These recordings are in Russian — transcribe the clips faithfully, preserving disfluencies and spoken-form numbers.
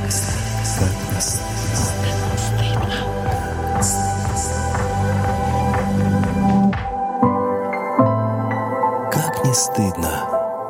Как не стыдно.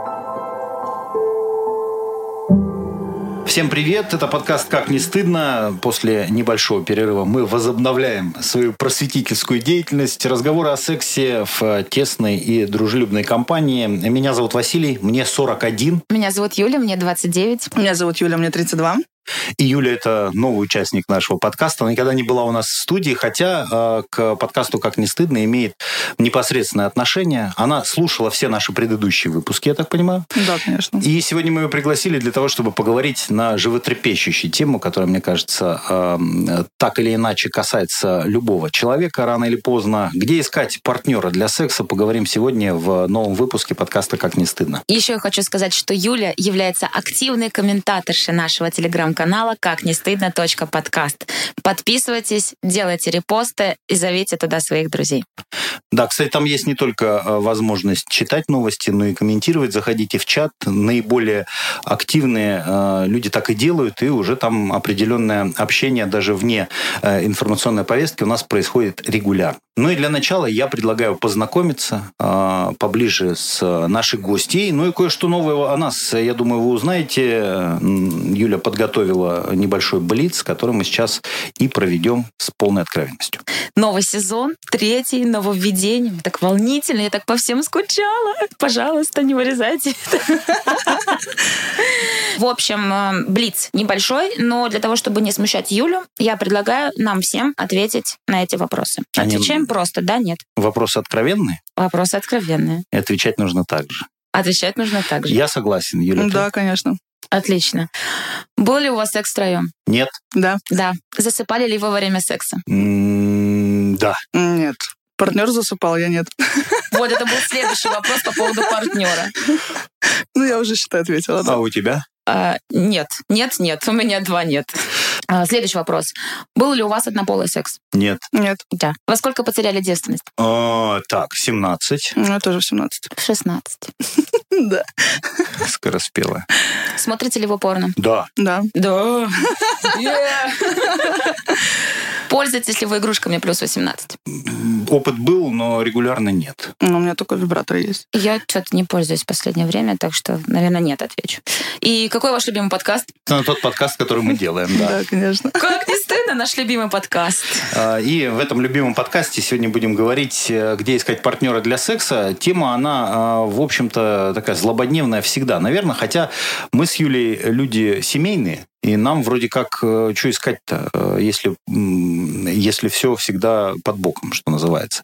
Всем привет, это подкаст «Как не стыдно». После небольшого перерыва мы возобновляем свою просветительскую деятельность. Разговоры о сексе в тесной и дружелюбной компании. Меня зовут Василий, мне сорок один. Меня зовут Юля, мне двадцать девять. Меня зовут Юля, мне тридцать два. И Юля – это новый участник нашего подкаста. Она никогда не была у нас в студии, хотя э, к подкасту «Как не стыдно» имеет непосредственное отношение. Она слушала все наши предыдущие выпуски, я так понимаю. Да, конечно. И сегодня мы ее пригласили для того, чтобы поговорить на животрепещущую тему, которая, мне кажется, э, так или иначе касается любого человека рано или поздно. Где искать партнера для секса, поговорим сегодня в новом выпуске подкаста «Как не стыдно». Еще я хочу сказать, что Юля является активной комментаторшей нашего телеграм-канала «Как не стыдно. Подкаст». Подписывайтесь, делайте репосты и зовите туда своих друзей. Да, кстати, там есть не только возможность читать новости, но и комментировать. Заходите в чат. Наиболее активные э, люди так и делают, и уже там определенное общение даже вне э, информационной повестки у нас происходит регулярно. Ну и для начала я предлагаю познакомиться э, поближе с нашей гостьей. Ну и кое-что новое о нас, я думаю, вы узнаете. Юля подготовила небольшой блиц, который мы сейчас и проведем с полной откровенностью. Новый сезон, третий, нововведение. Так волнительно, я так по всем скучала. Пожалуйста, не вырезайте это. В общем, блиц небольшой, но для того, чтобы не смущать Юлю, я предлагаю нам всем ответить на эти вопросы. Они... Отвечаем просто, да, нет. Вопросы откровенные? Вопросы откровенные. И отвечать нужно так же. Отвечать нужно так же. Я согласен, Юля. Да, ты? конечно. Отлично. Был ли у вас секс втроем? Нет. Да. Да. Засыпали ли вы во время секса? М-м- да. Нет. Партнер засыпал, я нет. Вот это был следующий вопрос по поводу партнера. Ну, я уже, считай, ответила. Да. А у тебя? А, нет. Нет, нет. У меня два нет. А, следующий вопрос. Был ли у вас однополый секс? Нет. Нет. Да. Во сколько потеряли девственность? О, так, семнадцать. Ну, я тоже в семнадцать. В шестнадцать. Да. Скороспелая. Смотрите ли вы порно? Да. Да. Да. Пользуетесь ли вы игрушками плюс восемнадцать? Опыт был, но регулярно нет. Ну, у меня только вибратор есть. Я что-то не пользуюсь в последнее время, так что, наверное, нет, отвечу. И какой ваш любимый подкаст? Это тот подкаст, который мы делаем, да. Да, конечно. Как не стыдно, наш любимый подкаст. И в этом любимом подкасте сегодня будем говорить, где искать партнера для секса. Тема, она, в общем-то, такая злободневная всегда, наверное, хотя мы с Юлей люди семейные, и нам вроде как, что искать-то, если, если все всегда под боком, что называется.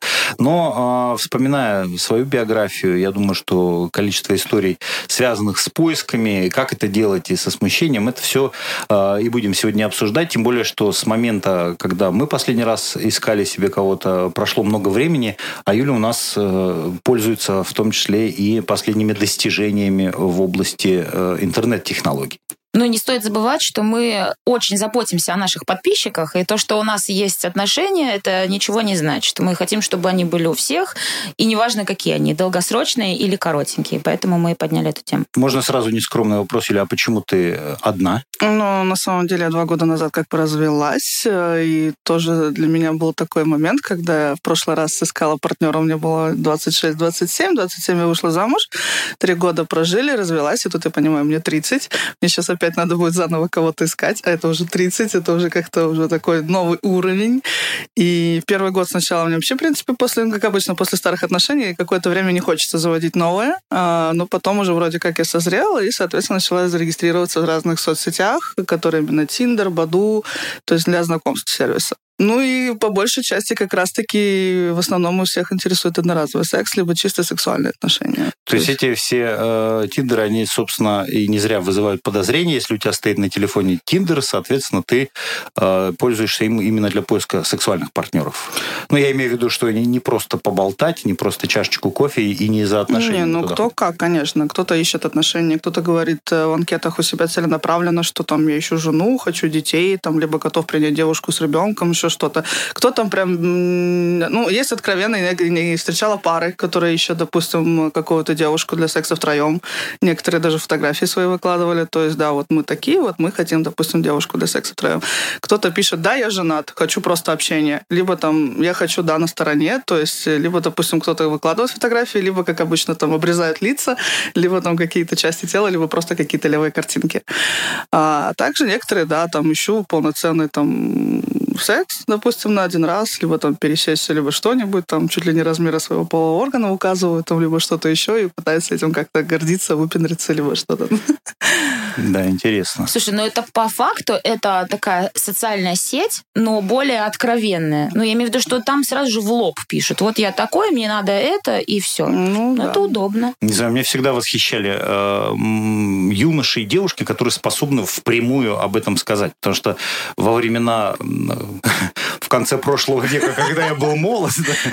Но, вспоминая свою биографию, я думаю, что количество историй, связанных с поисками, как это делать и со смущением, это все и будем сегодня обсуждать. Тем более, что с момента, когда мы последний раз искали себе кого-то, прошло много времени, а Юля у нас пользуется в том числе и последними достижениями в области интернет-технологий. Ну, не стоит забывать, что мы очень заботимся о наших подписчиках, и то, что у нас есть отношения, это ничего не значит. Мы хотим, чтобы они были у всех, и неважно, какие они, долгосрочные или коротенькие. Поэтому мы и подняли эту тему. Можно сразу нескромный вопрос, Юля, а почему ты одна? Ну, на самом деле, я два года назад как бы развелась, и тоже для меня был такой момент, когда я в прошлый раз искала партнера, мне было двадцать шесть двадцать семь, двадцать семь я вышла замуж, три года прожили, развелась, и тут, я понимаю, мне тридцать, мне сейчас опять надо будет заново кого-то искать, а это уже тридцать, это уже как-то уже такой новый уровень. И первый год сначала мне вообще, в принципе, после, как обычно, после старых отношений какое-то время не хочется заводить новое, но потом уже вроде как я созрела и, соответственно, начала зарегистрироваться в разных соцсетях, которые именно Tinder, Badoo, то есть для знакомств сервиса. Ну и по большей части как раз-таки в основном у всех интересует одноразовый секс, либо чисто сексуальные отношения. То, То есть эти все э, тиндеры, они, собственно, и не зря вызывают подозрения. Если у тебя стоит на телефоне Tinder, соответственно, ты э, пользуешься им именно для поиска сексуальных партнеров. Ну, я имею в виду, что не, не просто поболтать, не просто чашечку кофе и не из-за отношений. Не, ну кто ходит. Как, конечно. Кто-то ищет отношения, кто-то говорит в анкетах у себя целенаправленно, что там я ищу жену, хочу детей, там, либо готов принять девушку с ребенком, еще еще что-то. Кто там прям... Ну, есть откровенные, не встречала пары, которые ищут, допустим, какую-то девушку для секса втроем. Некоторые даже фотографии свои выкладывали. То есть, да, вот мы такие, вот мы хотим, допустим, девушку для секса втроем. Кто-то пишет, да, я женат, хочу просто общения. Либо там, я хочу, да, на стороне. То есть, либо, допустим, кто-то выкладывает фотографии, либо, как обычно, там обрезает лица, либо там какие-то части тела, либо просто какие-то левые картинки. А также некоторые, да, там ищу полноценный там секс, допустим, на один раз, либо там пересесть, либо что-нибудь, там чуть ли не размера своего полового органа указывают, там, либо что-то еще, и пытаются этим как-то гордиться, выпендриться, либо что-то. Да, интересно. Слушай, ну это по факту, это такая социальная сеть, но более откровенная. Ну, я имею в виду, что там сразу же в лоб пишут. Вот я такой, мне надо это, и все. Ну, да. Это удобно. Не знаю, меня всегда восхищали э, юноши и девушки, которые способны впрямую об этом сказать. Потому что во времена... в конце прошлого века, когда я был молод,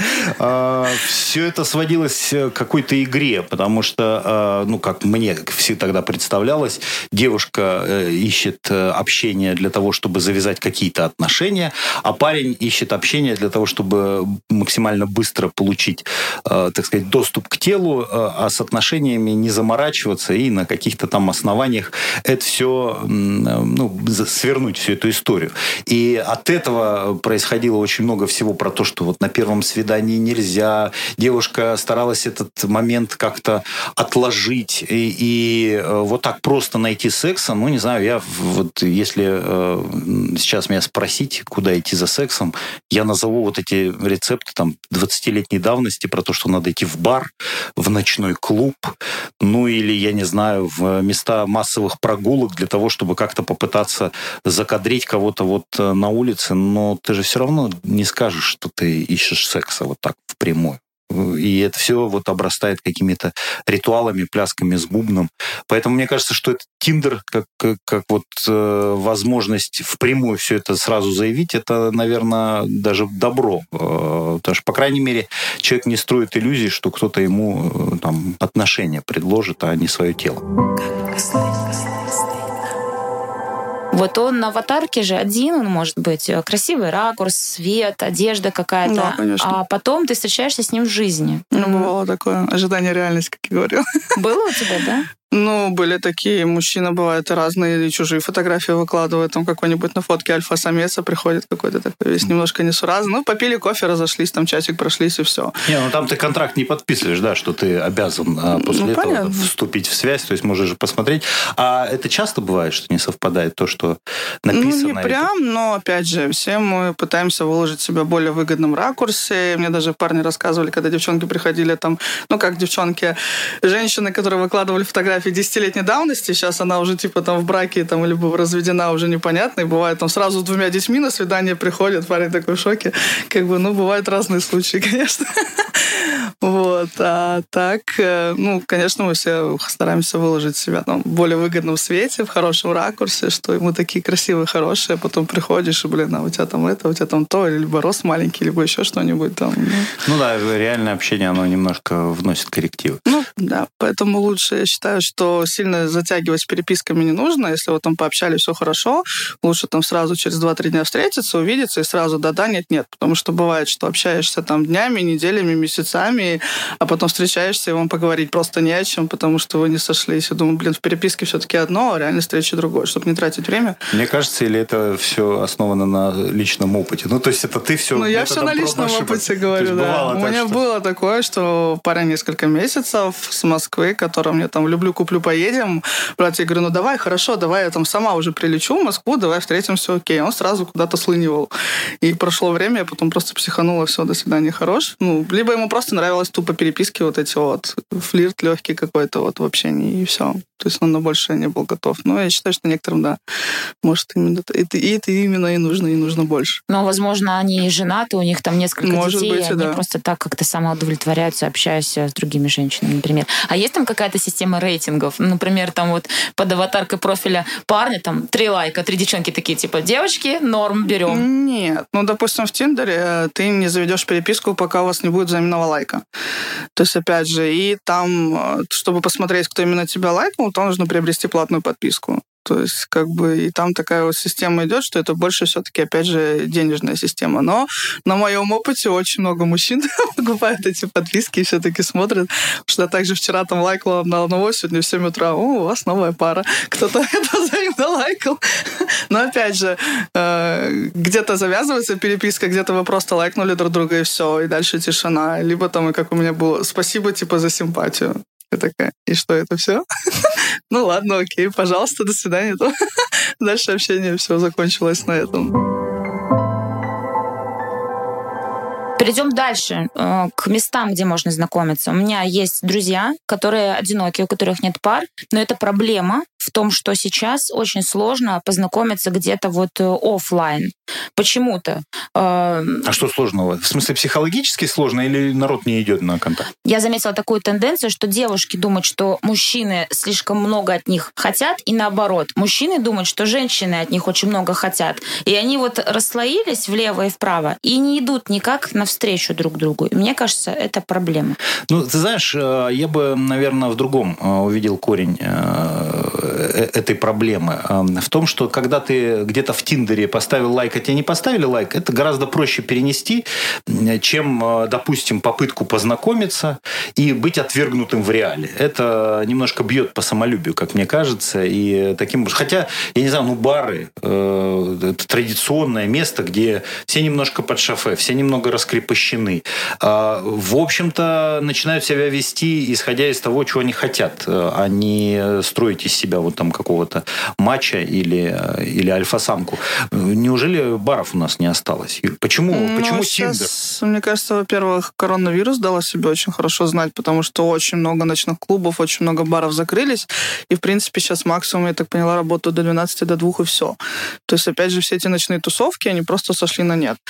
все это сводилось к какой-то игре, потому что, ну, как мне тогда представлялось, девушка ищет общение для того, чтобы завязать какие-то отношения, а парень ищет общение для того, чтобы максимально быстро получить, так сказать, доступ к телу, а с отношениями не заморачиваться и на каких-то там основаниях это все, ну, свернуть всю эту историю. И от этого происходило очень много всего про то, что вот на первом свидании нельзя. Девушка старалась этот момент как-то отложить. И, и вот так просто найти секса, ну, не знаю, я вот если э, сейчас меня спросить, куда идти за сексом, я назову вот эти рецепты там двадцатилетней давности про то, что надо идти в бар, в ночной клуб, ну, или, я не знаю, в места массовых прогулок для того, чтобы как-то попытаться закадрить кого-то вот на улице, но ты же все равно не скажешь, что ты ищешь секса вот так впрямую. И это все вот обрастает какими-то ритуалами, плясками с бубном. Поэтому мне кажется, что этот Тиндер, как, как, как вот э, возможность впрямую все это сразу заявить, это, наверное, даже добро. Э, потому что, по крайней мере, человек не строит иллюзий, что кто-то ему э, там отношения предложит, а не свое тело. Вот он на аватарке же один, он может быть красивый ракурс, свет, одежда какая-то. Да, конечно. А потом ты встречаешься с ним в жизни. Ну, бывало такое ожидание реальности, как я говорила. Было у тебя, да? Ну, были такие, мужчины бывают разные, и чужие фотографии выкладывают, там какой-нибудь на фотке альфа-самец, а приходит какой-то такой весь немножко несуразный. Ну, попили кофе, разошлись, там часик прошлись, и все. Не, ну там ты контракт не подписываешь, да, что ты обязан а, после ну, этого понятно. вступить в связь, то есть можешь же посмотреть. А это часто бывает, что не совпадает то, что написано? Ну, не прям, но, опять же, все мы пытаемся выложить себя в более выгодном ракурсе. Мне даже парни рассказывали, когда девчонки приходили там, ну, как девчонки, женщины, которые выкладывали фотографии десятилетней давности, сейчас она уже типа там в браке там, либо разведена, уже непонятно, и бывает там сразу с двумя детьми на свидание приходят, парень такой в шоке. Как бы, ну, бывают разные случаи, конечно. Вот. А так, ну, конечно, мы все стараемся выложить себя там в более выгодном свете, в хорошем ракурсе, что мы такие красивые, хорошие, а потом приходишь, и, блин, а у тебя там это, у тебя там то, либо рост маленький, либо еще что-нибудь там. Ну, ну да, реальное общение, оно немножко вносит коррективы. Ну, да, поэтому лучше, я считаю, что сильно затягивать с переписками не нужно. Если вот там пообщались, все хорошо, лучше там сразу через два-три дня встретиться, увидеться и сразу да-да, нет-нет. Потому что бывает, что общаешься там днями, неделями, месяцами, а потом встречаешься, и вам поговорить просто не о чем, потому что вы не сошлись. Я думаю, блин, в переписке все-таки одно, а реально встреча другое, чтобы не тратить время. Мне кажется, или это все основано на личном опыте? Ну, то есть это ты все... Ну, я все на личном опыте говорю, да. У меня что... было такое, что парень несколько месяцев с Москвы, который мне там люблю, куплю, поедем. Брат, я говорю, ну давай, хорошо, давай я там сама уже прилечу в Москву, давай встретимся, окей. Он сразу куда-то слынивал. И прошло время, я потом просто психанула, все, до свидания, хорош. Ну, либо ему просто нравилось тупо переписки вот эти вот, флирт легкий какой-то вот в общении, и все. То есть он на большее не был готов. Но я считаю, что некоторым, да, может, именно это, и это именно и нужно, и нужно больше. Но, возможно, они женаты, у них там несколько может детей, быть, и они да. просто так как-то самоудовлетворяются, общаются с другими женщинами, например. А есть там какая-то система рейтингов? Например, там вот под аватаркой профиля парня там три лайка, три девчонки такие, типа, девочки, норм, берем. Нет. Ну, допустим, в Тиндере ты не заведешь переписку, пока у вас не будет взаимного лайка. То есть, опять же, и там, чтобы посмотреть, кто именно тебя лайкнул, то нужно приобрести платную подписку. То есть, как бы, и там такая вот система идет, что это больше все-таки, опять же, денежная система. Но на моем опыте очень много мужчин покупают эти подписки и все-таки смотрят. Что я также вчера там лайкала на одного, сегодня в семь утра, о, у вас новая пара. Кто-то это взаимно лайкал. Но, опять же, где-то завязывается переписка, где-то вы просто лайкнули друг друга, и все, и дальше тишина. Либо там, и как у меня было, спасибо, типа, за симпатию. Я такая, и что, это все? Ну ладно, окей, пожалуйста, до свидания. Дальше общение все закончилось на этом. Перейдем дальше, к местам, где можно знакомиться. У меня есть друзья, которые одиноки, у которых нет пар, но это проблема в том, что сейчас очень сложно познакомиться где-то вот офлайн. Почему-то. А что сложного? В смысле, психологически сложно или народ не идет на контакт? Я заметила такую тенденцию, что девушки думают, что мужчины слишком много от них хотят, и наоборот. Мужчины думают, что женщины от них очень много хотят. И они вот расслоились влево и вправо и не идут никак навстречу друг другу. И мне кажется, это проблема. Ну, ты знаешь, я бы, наверное, в другом увидел корень этой проблемы. В том, что когда ты где-то в Тиндере поставил лайк, а тебе не поставили лайк, это гораздо проще перенести, чем, допустим, попытку познакомиться и быть отвергнутым в реале. Это немножко бьет по самолюбию, как мне кажется. И таким... Хотя, я не знаю, ну, бары э, это традиционное место, где все немножко под шофе, все немного раскрепощены. Э, в общем-то, начинают себя вести, исходя из того, чего они хотят, а не строить из себя вот там какого-то мачо или, или альфа-самку. Неужели баров у нас не осталось? Почему, ну, почему сейчас, Тиндер? Мне кажется, во-первых, коронавирус дал о себе очень хорошо знать, потому что очень много ночных клубов, очень много баров закрылись, и, в принципе, сейчас максимум, я так поняла, работают до двенадцати, до двух, и все. То есть, опять же, все эти ночные тусовки, они просто сошли на нет.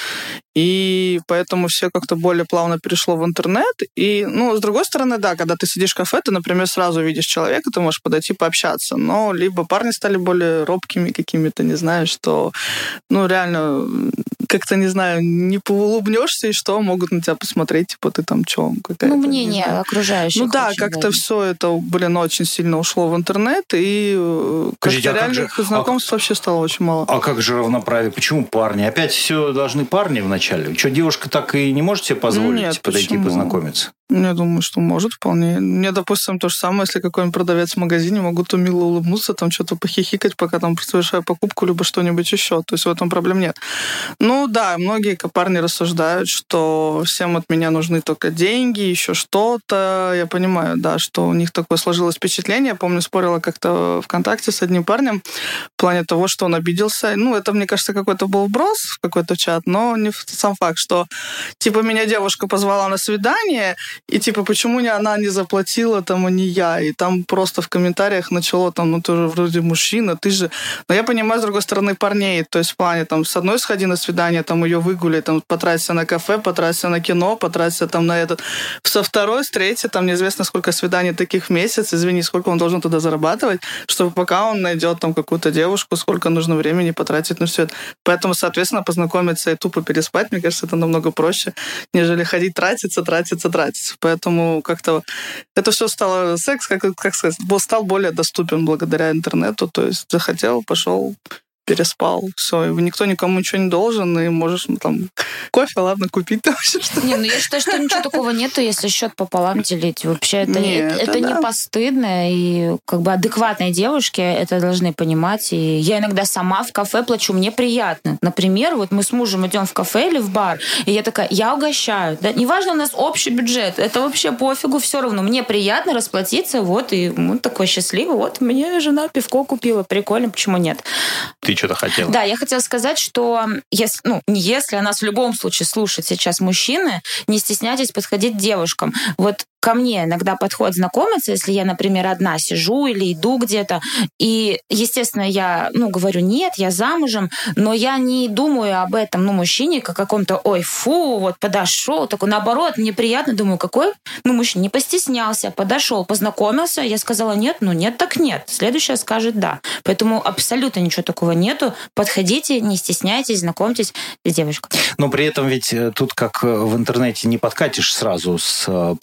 И поэтому все как-то более плавно перешло в интернет. И, ну, с другой стороны, да, когда ты сидишь в кафе, ты, например, сразу видишь человека, ты можешь подойти пообщаться. Но либо парни стали более робкими какими-то, не знаю, что, ну, реально, как-то, не знаю, не поулыбнешься, и что, могут на тебя посмотреть, типа, ты там чё, какая-то... Ну, мнение окружающих. Ну да, как-то важно. Все это, блин, очень сильно ушло в интернет, и Подождите, как-то а реальных как же, знакомств а, вообще стало очень мало. А как же равноправие? Почему парни? Опять все должны парни вначале? Что, девушка так и не может себе позволить Нет, подойти почему? Познакомиться? Я думаю, что может вполне. Мне, допустим, то же самое, если какой-нибудь продавец в магазине, могу то мило улыбнуться, там что-то похихикать, пока там совершаю покупку, либо что-нибудь еще. То есть в этом проблем нет. Ну да, многие парни рассуждают, что всем от меня нужны только деньги, еще что-то. Я понимаю, да, что у них такое сложилось впечатление. Я помню, спорила как-то ВКонтакте с одним парнем в плане того, что он обиделся. Ну, это, мне кажется, какой-то был вброс в какой-то чат, но не сам факт, что типа меня девушка позвала на свидание, и типа, почему не она не заплатила, там, а не я? И там просто в комментариях начало, там, ну, ты же вроде мужчина, ты же... Но я понимаю, с другой стороны, парней. То есть в плане, там, с одной сходи на свидание, там, ее выгули, там, потраться на кафе, потраться на кино, потраться там на этот... Со второй, с третьей, там, неизвестно, сколько свиданий таких в месяц, извини, сколько он должен туда зарабатывать, чтобы пока он найдет там какую-то девушку, сколько нужно времени потратить на все это. Поэтому, соответственно, познакомиться и тупо переспать, мне кажется, это намного проще, нежели ходить тратиться, тратиться, тратиться. Поэтому как-то это все стало... Секс, как, как сказать, стал более доступен благодаря интернету. То есть захотел, пошел, переспал, все, и никто никому ничего не должен, и можешь, ну, там, кофе, ладно, купить там все что. Не, ну я считаю, что ничего такого нету, если счет пополам делить. Вообще это, Нет, это, это да. не постыдно, и как бы адекватные девушки это должны понимать. И я иногда сама в кафе плачу, мне приятно. Например, вот мы с мужем идем в кафе или в бар, и я такая, я угощаю. Да? Неважно, у нас общий бюджет, это вообще пофигу, все равно. Мне приятно расплатиться, вот, и он такой счастливый, вот, мне жена пивко купила, прикольно, почему нет? Ты что-то хотела? Да, я хотела сказать, что если, ну, не если, а нас в любом случае слушают сейчас мужчины, не стесняйтесь подходить к девушкам. Вот ко мне иногда подходят знакомиться, если я, например, одна сижу или иду где-то, и, естественно, я, ну, говорю, нет, я замужем, но я не думаю об этом, ну, мужчине, как о каком-то, ой, фу, вот подошел, такой, наоборот, мне приятно, думаю, какой, ну, мужчина не постеснялся, подошел, познакомился, я сказала нет, ну, нет, так нет, следующая скажет да. Поэтому абсолютно ничего такого нету, подходите, не стесняйтесь, знакомьтесь с девушкой. Но при этом ведь тут, как в интернете, не подкатишь сразу с предложением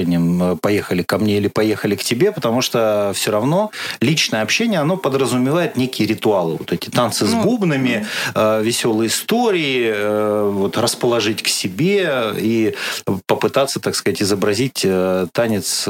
предложением «поехали ко мне» или «поехали к тебе», потому что все равно личное общение, оно подразумевает некие ритуалы. Вот эти танцы с бубнами, э, веселые истории, э, вот расположить к себе и попытаться, так сказать, изобразить э, танец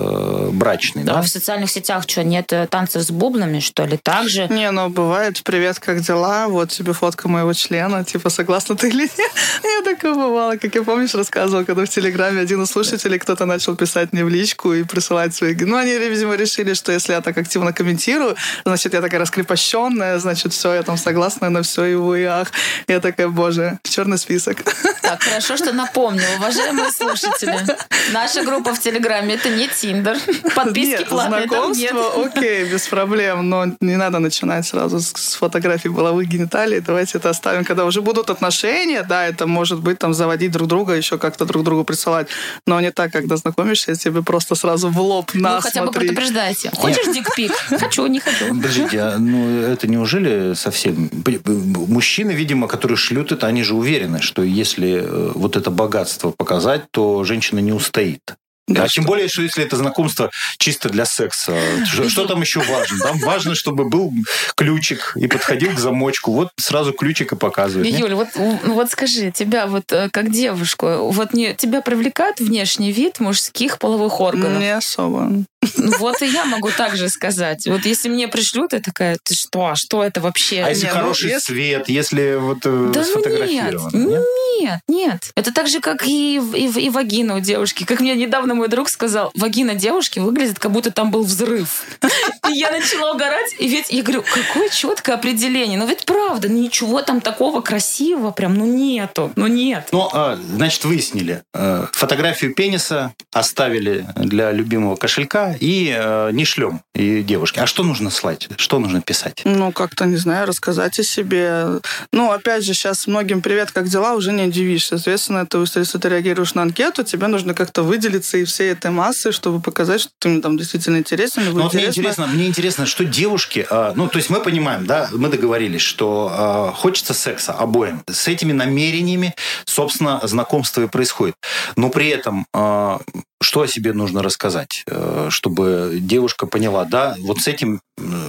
э, брачный. Да? Да? А в социальных сетях что, нет танцев с бубнами, что ли? Так же? Не, ну бывает, привет, как дела? Вот тебе фотка моего члена, типа, согласна ты или нет? Я такое бывало, как я, помнишь, рассказывала, когда в Телеграме один из слушателей кто-то начал писать мне в личку и присылать свои... Ну, они, видимо, решили, что если я так активно комментирую, значит, я такая раскрепощенная, значит, все, я там согласна на все его и ах. Я такая, боже, черный список. Так, хорошо, что напомнил, уважаемые слушатели. Наша группа в Телеграме — это не Тиндер. Подписки платные там нет. Знакомство, окей, без проблем, но не надо начинать сразу с, с фотографий головы, гениталий. Давайте это оставим, когда уже будут отношения, да, это может быть там заводить друг друга, еще как-то друг другу присылать, но не так, когда знакомишься, тебе просто сразу в лоб, на, ну, хотя смотри. бы предупреждайте. Хочешь дикпик? Хочу, не хочу. Подождите, а, ну это неужели совсем... Мужчины, видимо, которые шлют это, они же уверены, что если вот это богатство показать, то женщина не устоит. Да, а тем более, что если это знакомство чисто для секса, что, что там еще важно? Там важно, чтобы был ключик и подходил к замочку. Вот сразу ключик и показывает. Юль, вот, вот скажи, тебя вот как девушку, вот не, тебя привлекает внешний вид мужских половых органов? Не особо. Вот и я могу так же сказать. Вот если мне пришлют, я такая, ты что, а что это вообще? А если нет, хороший ну, если... свет, если вот да сфотографировано? Нет, нет, нет, нет. Это так же, как и, и, и вагина у девушки. Как мне недавно мой друг сказал, вагина девушки выглядит, как будто там был взрыв. И я начала угорать, и ведь я говорю, какое четкое определение. Ну ведь правда, ничего там такого красивого прям, ну нету, ну нет. Ну, значит, выяснили. Фотографию пениса оставили для любимого кошелька и не шлем и девушке. А что нужно слать? Что нужно писать? Ну, как-то, не знаю, рассказать о себе. Ну, опять же, сейчас многим «привет, как дела?» уже не удивишь. Соответственно, это, если ты реагируешь на анкету, тебе нужно как-то выделиться из всей этой массы, чтобы показать, что ты мне там действительно интересен. Ну, вот мне интересно, мне интересно, что девушки... Ну, то есть мы понимаем, да, мы договорились, что хочется секса обоим. С этими намерениями, собственно, знакомство и происходит. Но при этом... Что о себе нужно рассказать, чтобы девушка поняла, да, вот с этим,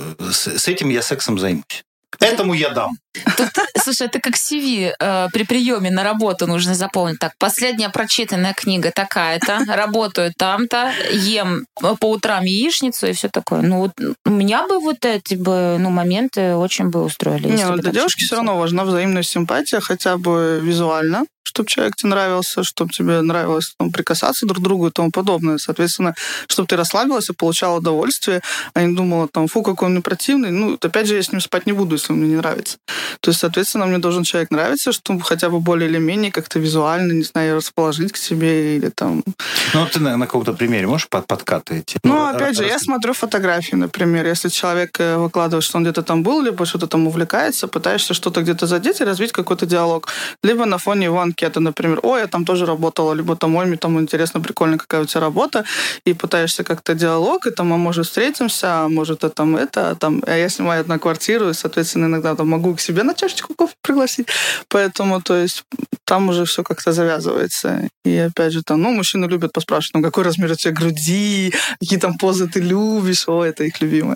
с этим я сексом займусь. Этому я дам. Тут, слушай, это как си ви э, при приеме на работу нужно заполнить. Так, последняя прочитанная книга такая-то, работаю там-то, ем по утрам яичницу и все такое. Ну, вот у меня бы вот эти бы, ну, моменты очень бы устроили. Не, ну, для девушки все равно важна взаимная симпатия, хотя бы визуально, чтобы человек тебе нравился, чтобы тебе нравилось там, прикасаться друг к другу и тому подобное. Соответственно, чтобы ты расслабилась и получала удовольствие, а не думала, там, фу, какой он мне противный. Ну, опять же, я с ним спать не буду, если он мне не нравится. То есть, соответственно, мне должен человек нравиться, чтобы хотя бы более или менее как-то визуально, не знаю, расположить к себе или там... Ну, ты на, на каком-то примере можешь под, подкатывать? Ну, ну, опять же, раз... я смотрю фотографии, например. Если человек выкладывает, что он где-то там был, либо что-то там увлекается, пытаешься что-то где-то задеть и развить какой-то диалог. Либо на фоне его анкеты, например, ой, я там тоже работала, либо там, ой, мне там интересно, прикольно, какая у тебя работа, и пытаешься как-то диалог, и там, а может, встретимся, а может, а там это, а там, а я снимаю одну квартиру, и, соответственно, иногда там могу к себе на чашечку кофе пригласить. Поэтому, то есть, там уже все как-то завязывается. И, опять же, там, ну, мужчины любят поспрашивать, ну, какой размер у тебя груди, какие там позы ты любишь, о, это их любимое.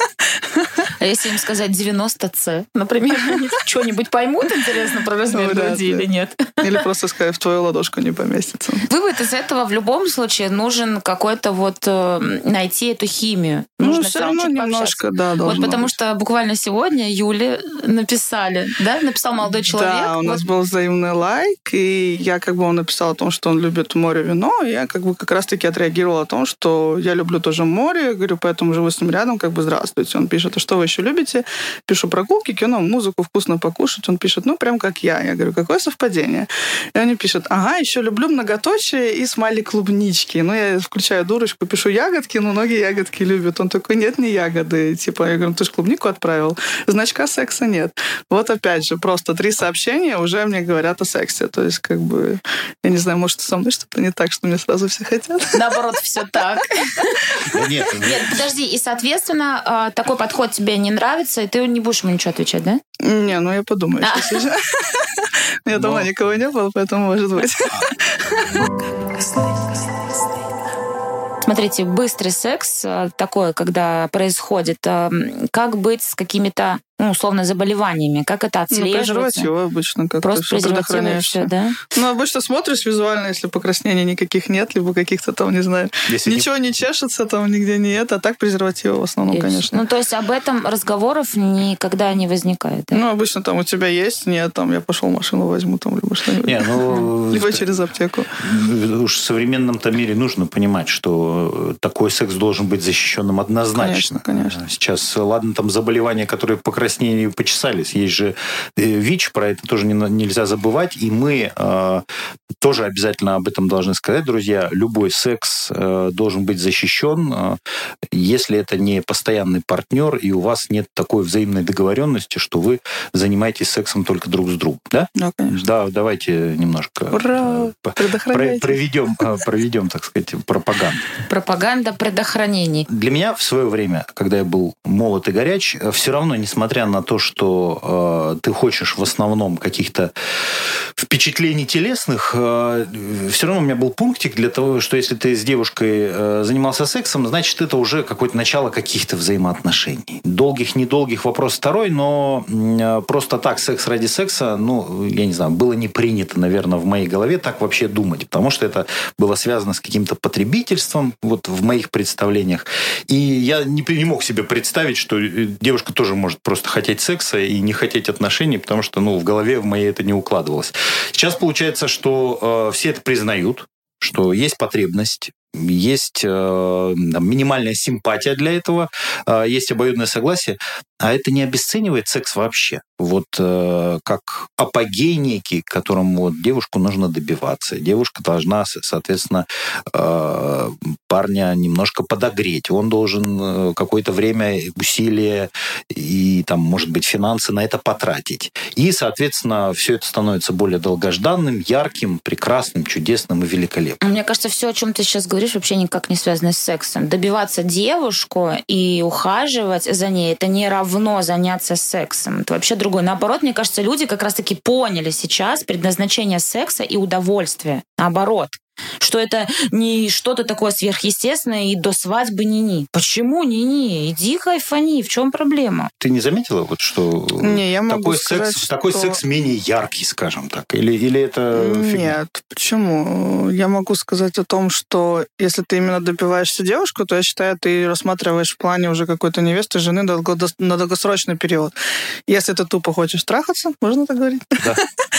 А если им сказать девяносто цэ, например, они что-нибудь поймут, интересно, про размер ну, груди да, или нет? Или просто сказать, в твою ладошку не поместится. Вывод из этого в любом случае нужен какой-то вот э, найти эту химию. Нужно ну, все равно немножко, да, Вот потому быть. Что буквально сегодня Юле написали, да, написал молодой человек. Да, у нас вот. был взаимный лайк, и я как бы он написал о том, что он любит море, вино, и я как бы как раз-таки отреагировала о том, что я люблю тоже море, я говорю, поэтому живу с ним рядом, как бы здравствуйте. Он пишет, а что вы еще любите? Пишу прогулки, кино, музыку, вкусно покушать. Он пишет, ну, прям как я. Я говорю, какое совпадение? И они пишут, ага, еще люблю многоточие и смайлик клубнички. Ну, я включаю дурочку, пишу ягодки, но многие ягодки любят. Он такой, нет, не ягоды. Типа, я говорю, ты же клубнику отправил. Значка секса нет. Вот опять же, просто три сообщения уже мне говорят о сексе. То есть, как бы, я не знаю, может, со мной что-то не так, что мне сразу все хотят. Наоборот, все так. Нет, нет, подожди. И, соответственно, такой подход тебе не нравится, и ты не будешь ему ничего отвечать, да? Не, ну я подумаю. У меня дома никого не было, поэтому может быть. Смотрите, быстрый секс такой, когда происходит, как быть с какими-то, ну, условно, заболеваниями, как это отслеживается? Ну, презервативы обычно как-то. Просто презервативы все, да? Ну, обычно смотришь визуально, если покраснений никаких нет, либо каких-то там, не знаю, если ничего не... не чешется, там нигде нет, а так презервативы в основном, есть. Конечно. Ну, то есть об этом разговоров никогда не возникает, да? Ну, обычно там у тебя есть, нет, там я пошел машину возьму, там, либо что-нибудь. Не, ну, либо через аптеку. Уж в современном-то мире нужно понимать, что такой секс должен быть защищенным однозначно. Конечно, конечно. Сейчас, ладно, там заболевания, которые покраснели и почесались, есть же ВИЧ, про это тоже не, нельзя забывать, и мы э, тоже обязательно об этом должны сказать, друзья. Любой секс э, должен быть защищен, э, если это не постоянный партнер, и у вас нет такой взаимной договоренности, что вы занимаетесь сексом только друг с другом. Да? Да, конечно. Да, давайте немножко Ура! Про- проведем, проведем, так сказать, пропаганду. Пропаганда предохранений. Для меня в свое время, когда я был молод и горяч, все равно, несмотря на то, что э, ты хочешь в основном каких-то впечатлений телесных, э, все равно у меня был пунктик для того, что если ты с девушкой э, занимался сексом, значит, это уже какое-то начало каких-то взаимоотношений. Долгих, недолгих вопрос второй, но э, просто так, секс ради секса, ну, я не знаю, было не принято, наверное, в моей голове так вообще думать, потому что это было связано с каким-то потребительством, вот в моих представлениях. И я не, не мог себе представить, что девушка тоже может просто хотеть секса и не хотеть отношений, потому что, ну, в голове в моей это не укладывалось. Сейчас получается, что э, все это признают, что есть потребность, есть э, минимальная симпатия для этого, э, есть обоюдное согласие, а это не обесценивает секс вообще. Вот э, как апогей некий, к которому вот девушку нужно добиваться. Девушка должна, соответственно, э, парня немножко подогреть. Он должен какое-то время, усилия и, там, может быть, финансы на это потратить. И, соответственно, все это становится более долгожданным, ярким, прекрасным, чудесным и великолепным. Мне кажется, все, о чем ты сейчас говоришь, вообще никак не связано с сексом. Добиваться девушку и ухаживать за ней — это не равно заняться сексом. Это вообще другое. Наоборот, мне кажется, люди как раз-таки поняли сейчас предназначение секса и удовольствия. Наоборот. Что это не что-то такое сверхъестественное и до свадьбы ни-ни. Почему ни-ни? Иди кайфани, в чем проблема? Ты не заметила, вот, что не, я могу такой, сказать, секс, что... такой секс менее яркий, скажем так? Или, или это фигня? Нет, почему? Я могу сказать о том, что если ты именно добиваешься девушку, то я считаю, ты рассматриваешь в плане уже какой-то невесты, жены на долгосрочный период. Если ты тупо хочешь трахаться, можно так говорить? Да.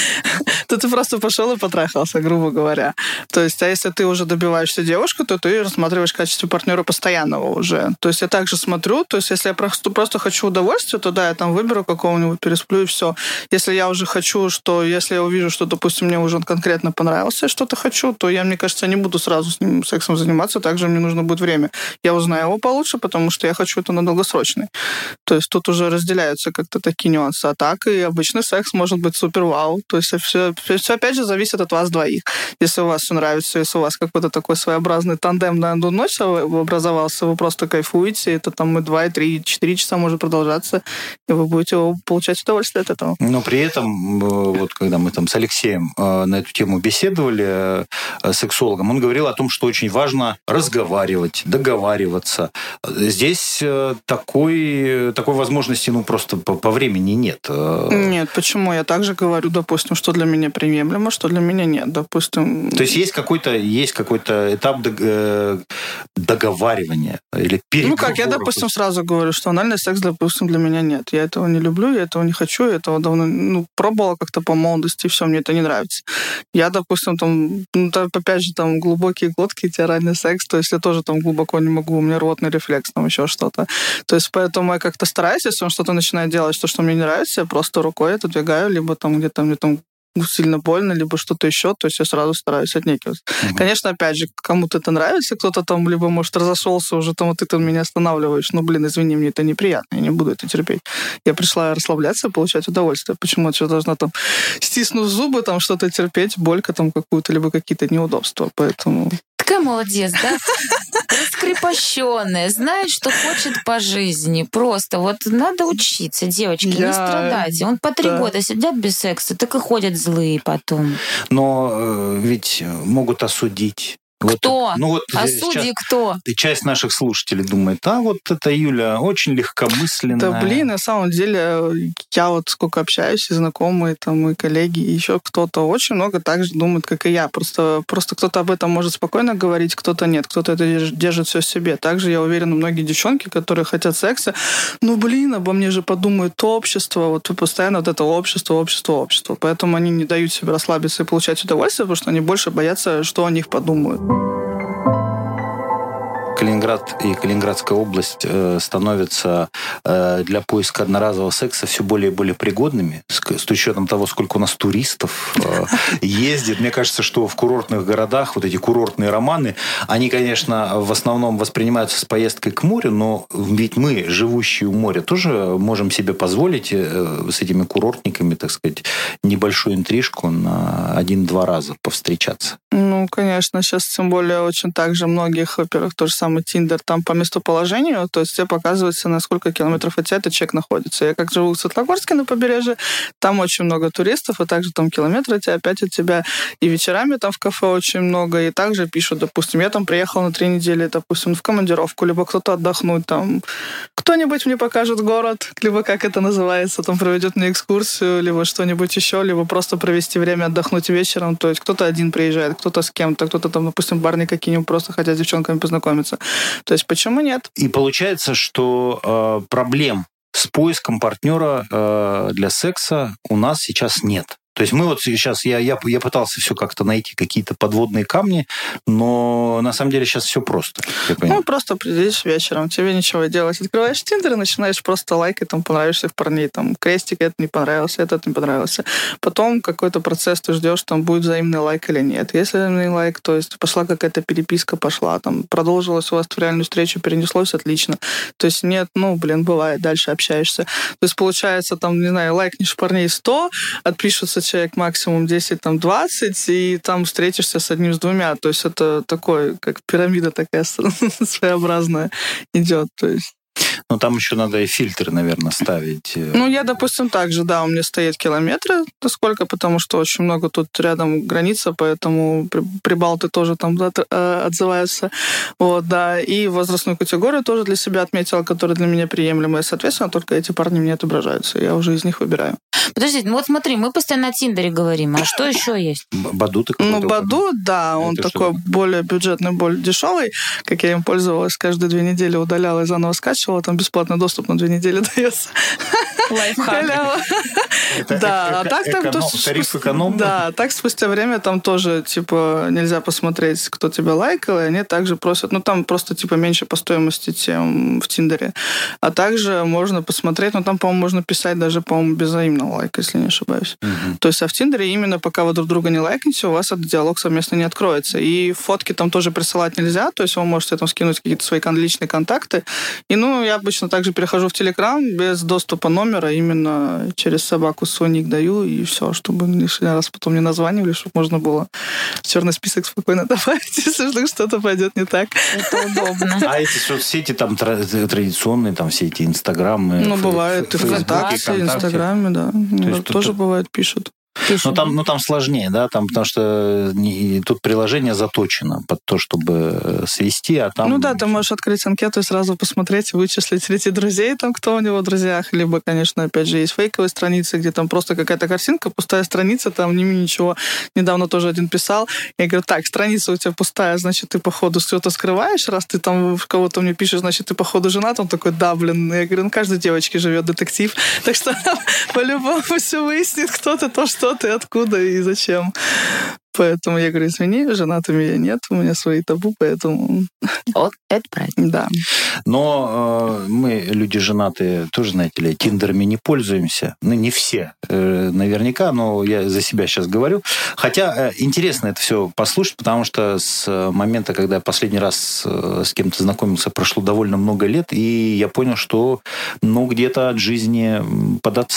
То ты просто пошел и потрахался, грубо говоря. То есть, а если ты уже добиваешься девушку, то ты рассматриваешь в качестве партнера постоянного уже. То есть я также смотрю, то есть если я просто, просто хочу удовольствия, то да, я там выберу какого-нибудь, пересплю и все. Если я уже хочу, что если я увижу, что, допустим, мне уже он конкретно понравился, я что-то хочу, то я, мне кажется, не буду сразу с ним сексом заниматься, также мне нужно будет время. Я узнаю его получше, потому что я хочу это на долгосрочный. То есть тут уже разделяются как-то такие нюансы. А так и обычный секс может быть супер-вау. То есть все, все опять же зависит от вас двоих. Если у вас все нравится, если у вас какой-то такой своеобразный тандем на одну ночь образовался, вы просто кайфуете, это там и два, и три, и четыре часа может продолжаться, и вы будете получать удовольствие от этого. Но при этом, вот когда мы там с Алексеем на эту тему беседовали, с сексологом, он говорил о том, что очень важно разговаривать, договариваться. Здесь такой, такой возможности, ну, просто по, по времени нет. Нет, почему? Я также говорю, допустим, что для меня приемлемо, что для меня нет. Допустим... То есть есть какой-то, есть какой-то этап договаривания или переговоров? Ну как, я, допустим, сразу говорю, что анальный секс, допустим, для меня нет. Я этого не люблю, я этого не хочу, я этого давно ну, пробовала как-то по молодости, и все, мне это не нравится. Я, допустим, там, ну, опять же, там, глубокие глотки, оральный секс, то есть я тоже там глубоко не могу, у меня рвотный рефлекс, там еще что-то. То есть поэтому я как-то стараюсь, если он что-то начинает делать, то, что мне не нравится, я просто рукой отодвигаю, либо там где-то мне там сильно больно, либо что-то еще, то есть я сразу стараюсь отнекиваться. Mm-hmm. Конечно, опять же, кому-то это нравится, кто-то там либо, может, разошелся уже, там, вот ты там меня останавливаешь, ну, блин, извини, мне это неприятно, я не буду это терпеть. Я пришла расслабляться и получать удовольствие. Почему я должна там, стиснув зубы, там, что-то терпеть, болька там какую-то, либо какие-то неудобства, поэтому... Такая молодец, да? Раскрепощенная, знает, что хочет по жизни. Просто вот надо учиться, девочки, Я... не страдайте. Он по три да. года сидят без секса, так и ходят злые потом. Но э, ведь могут осудить. Кто? Вот, ну вот а судьи кто? И часть наших слушателей думает, а вот эта Юля очень легкомысленная. Да блин, на самом деле, я вот сколько общаюсь, и знакомые, там, и коллеги, и еще кто-то очень много так же думает, как и я. Просто, просто кто-то об этом может спокойно говорить, кто-то нет, кто-то это держит все в себе. Также, я уверена, многие девчонки, которые хотят секса, ну блин, обо мне же подумает общество, вот постоянно вот это общество, общество, общество. Поэтому они не дают себе расслабиться и получать удовольствие, потому что они больше боятся, что о них подумают. Калининград и Калининградская область э, становятся э, для поиска одноразового секса все более и более пригодными, с, с учетом того, сколько у нас туристов э, ездит. Мне кажется, что в курортных городах вот эти курортные романы, они, конечно, в основном воспринимаются с поездкой к морю, но ведь мы, живущие у моря, тоже можем себе позволить э, с этими курортниками, так сказать, небольшую интрижку на один-два раза повстречаться. Ну, конечно, сейчас тем более очень так же многих, во-первых, то же самое Тиндер, там по местоположению, то есть тебе показывается, на сколько километров от тебя этот человек находится. Я как живу в Светлогорске на побережье, там очень много туристов, и также там километры от тебя, опять от тебя, и вечерами там в кафе очень много, и также пишут, допустим, я там приехал на три недели, допустим, в командировку, либо кто-то отдохнуть, там, кто-нибудь мне покажет город, либо как это называется, там проведет мне экскурсию, либо что-нибудь еще, либо просто провести время, отдохнуть вечером, то есть кто-то один приезжает, кто-то с кем-то, кто-то там, допустим, барни какие-нибудь просто хотят с девчонками познакомиться. То есть почему нет? И получается, что э, проблем с поиском партнера э, для секса у нас сейчас нет. То есть мы вот сейчас, я, я, я пытался все как-то найти, какие-то подводные камни, но на самом деле сейчас все просто. Ну, просто придешь вечером, тебе ничего делать. Открываешь Тиндер и начинаешь просто лайкать, там, понравишься в парней, там, крестик, это не понравился, этот не понравился. Потом какой-то процесс ты ждешь, там, будет взаимный лайк или нет. Если взаимный лайк, то есть пошла какая-то переписка, пошла, там, продолжилась у вас в реальную встречу, перенеслось, отлично. То есть нет, ну, блин, бывает, дальше общаешься. То есть получается, там, не знаю, лайкнешь парней сто, отпишутся человек максимум десять, там, двадцать, и там встретишься с одним, с двумя. То есть это такой, как пирамида такая своеобразная идет. То есть Но там еще надо и фильтры, наверное, ставить. Ну, я, допустим, так же, да, у меня стоят километры, сколько, потому что очень много тут рядом граница, поэтому прибалты тоже там отзываются. Вот, да, и возрастную категорию тоже для себя отметила, которая для меня приемлемая. Соответственно, только эти парни мне отображаются. Я уже из них выбираю. Подожди, ну вот смотри, мы постоянно о Тиндере говорим, а что еще есть? Баду ты Ну, Баду, да, он это такой что? более бюджетный, более дешевый, как я им пользовалась, каждые две недели удаляла и заново скачивала, там бесплатный доступ на две недели дается. Лайфхак. Да, а так там... Тариф экономный. Да, так спустя время там тоже, типа, нельзя посмотреть, кто тебя лайкал, и они также просят, ну, там просто, типа, меньше по стоимости, чем в Тиндере. А также можно посмотреть, ну, там, по-моему, можно писать даже, по-моему, без взаимного лайка, если не ошибаюсь. Угу. То есть, а в Тиндере именно пока вы друг друга не лайкнете, у вас этот диалог совместно не откроется. И фотки там тоже присылать нельзя, то есть вы можете там скинуть какие-то свои личные контакты. И, ну, я обычно также перехожу в Телеграм без доступа номера, именно через собаку свой ник даю, и все, чтобы лишний раз потом не названивали, чтобы можно было в черный список спокойно добавить, если вдруг что-то пойдет не так. Это удобно. А эти соцсети там традиционные, там все эти инстаграмы, ну, бывает, и ВКонтакте, и Инстаграме, да. То тоже тут... бывает, пишут. Ну там, ну, там сложнее, да, там, потому что не, тут приложение заточено под то, чтобы свести, а там... Ну да, ты можешь открыть анкету и сразу посмотреть, вычислить среди друзей, там, кто у него в друзьях, либо, конечно, опять же, есть фейковые страницы, где там просто какая-то картинка, пустая страница, там не ничего. Недавно тоже один писал, я говорю, так, страница у тебя пустая, значит, ты, походу, что-то скрываешь, раз ты там в кого-то мне пишешь, значит, ты, походу, женат, он такой, да, блин, я говорю, ну, каждой девочке живет детектив, так что по-любому все выяснит, кто ты, то, что ты, откуда и зачем. Поэтому я говорю, извини, женатыми я нет, у меня свои табу, поэтому... Вот, это правильно. Да. Но э, мы, люди женатые, тоже, знаете ли, тиндерами не пользуемся. Ну, не все, э, наверняка, но я за себя сейчас говорю. Хотя э, интересно это все послушать, потому что с момента, когда я последний раз э, с кем-то знакомился, прошло довольно много лет, и я понял, что, ну, где-то от жизни подотстал.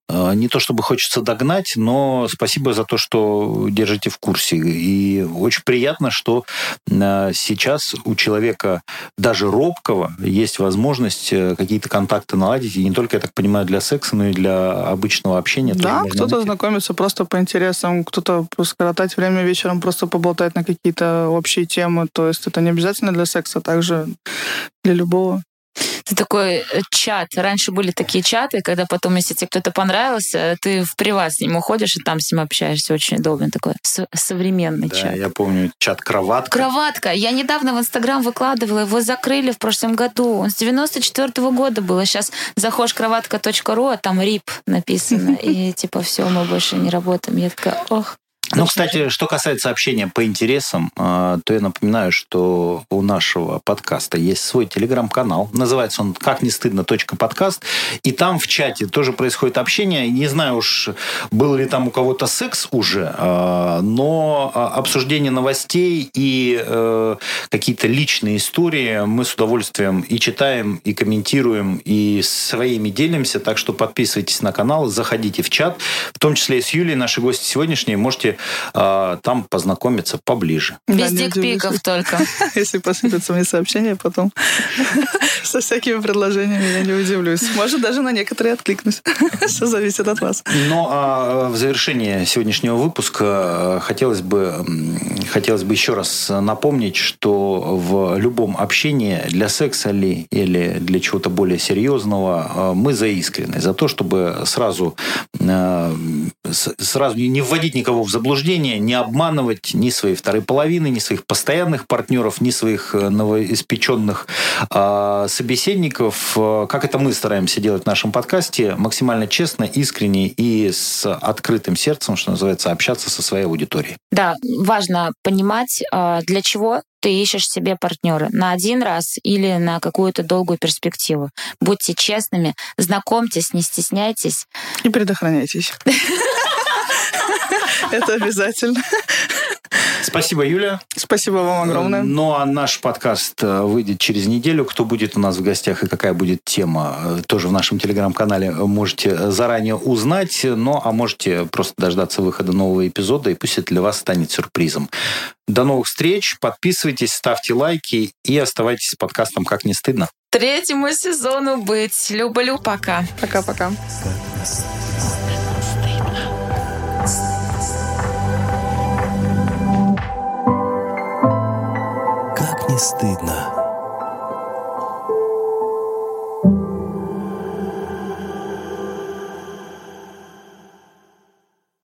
не то чтобы хочется догнать, но спасибо за то, что держите в курсе. И очень приятно, что сейчас у человека, даже робкого, есть возможность какие-то контакты наладить. И не только, я так понимаю, для секса, но и для обычного общения. Да, кто-то знакомится просто по интересам, кто-то скоротать время вечером, просто поболтать на какие-то общие темы. То есть это не обязательно для секса, также для любого. Это такой чат. Раньше были такие чаты, когда потом, если тебе кто-то понравился, ты в приват с ним уходишь и там с ним общаешься. Очень удобно. Такой современный да, чат. Я помню чат «Кроватка». «Кроватка». Я недавно в Инстаграм выкладывала, его закрыли в прошлом году. Он с девяносто четвёртого года был. А сейчас заходишь кроватка точка ру, а там рип написано. И типа все, мы больше не работаем. Я такая, ох. Ну, кстати, что касается общения по интересам, то я напоминаю, что у нашего подкаста есть свой телеграм-канал. Называется он «Как не стыдно. Подкаст». И там в чате тоже происходит общение. Не знаю уж, был ли там у кого-то секс уже, но обсуждение новостей и какие-то личные истории мы с удовольствием и читаем, и комментируем, и своими делимся. Так что подписывайтесь на канал, заходите в чат. В том числе и с Юлей, наши гости сегодняшние, можете там познакомиться поближе. Без дикпиков только. Если посыпятся мне сообщения потом со всякими предложениями, я не удивлюсь. Может, даже на некоторые откликнусь. Все зависит от вас. Ну, а в завершении сегодняшнего выпуска хотелось бы, хотелось бы еще раз напомнить, что в любом общении для секса ли или для чего-то более серьезного мы за искренность, за то, чтобы сразу, сразу не вводить никого в заблуждение, не обманывать ни своей второй половины, ни своих постоянных партнеров, ни своих новоиспеченных э, собеседников. Как это мы стараемся делать в нашем подкасте, максимально честно, искренне и с открытым сердцем, что называется, общаться со своей аудиторией. Да, важно понимать, для чего ты ищешь себе партнера. На один раз или на какую-то долгую перспективу. Будьте честными, знакомьтесь, не стесняйтесь. И предохраняйтесь. Это обязательно. Спасибо, Юля. Спасибо вам огромное. Ну, а наш подкаст выйдет через неделю. Кто будет у нас в гостях и какая будет тема, тоже в нашем телеграм-канале можете заранее узнать. Ну, а можете просто дождаться выхода нового эпизода, и пусть это для вас станет сюрпризом. До новых встреч. Подписывайтесь, ставьте лайки и оставайтесь с подкастом «Как не стыдно». Третьему сезону быть. Люблю. Пока. Пока-пока. Как не стыдно.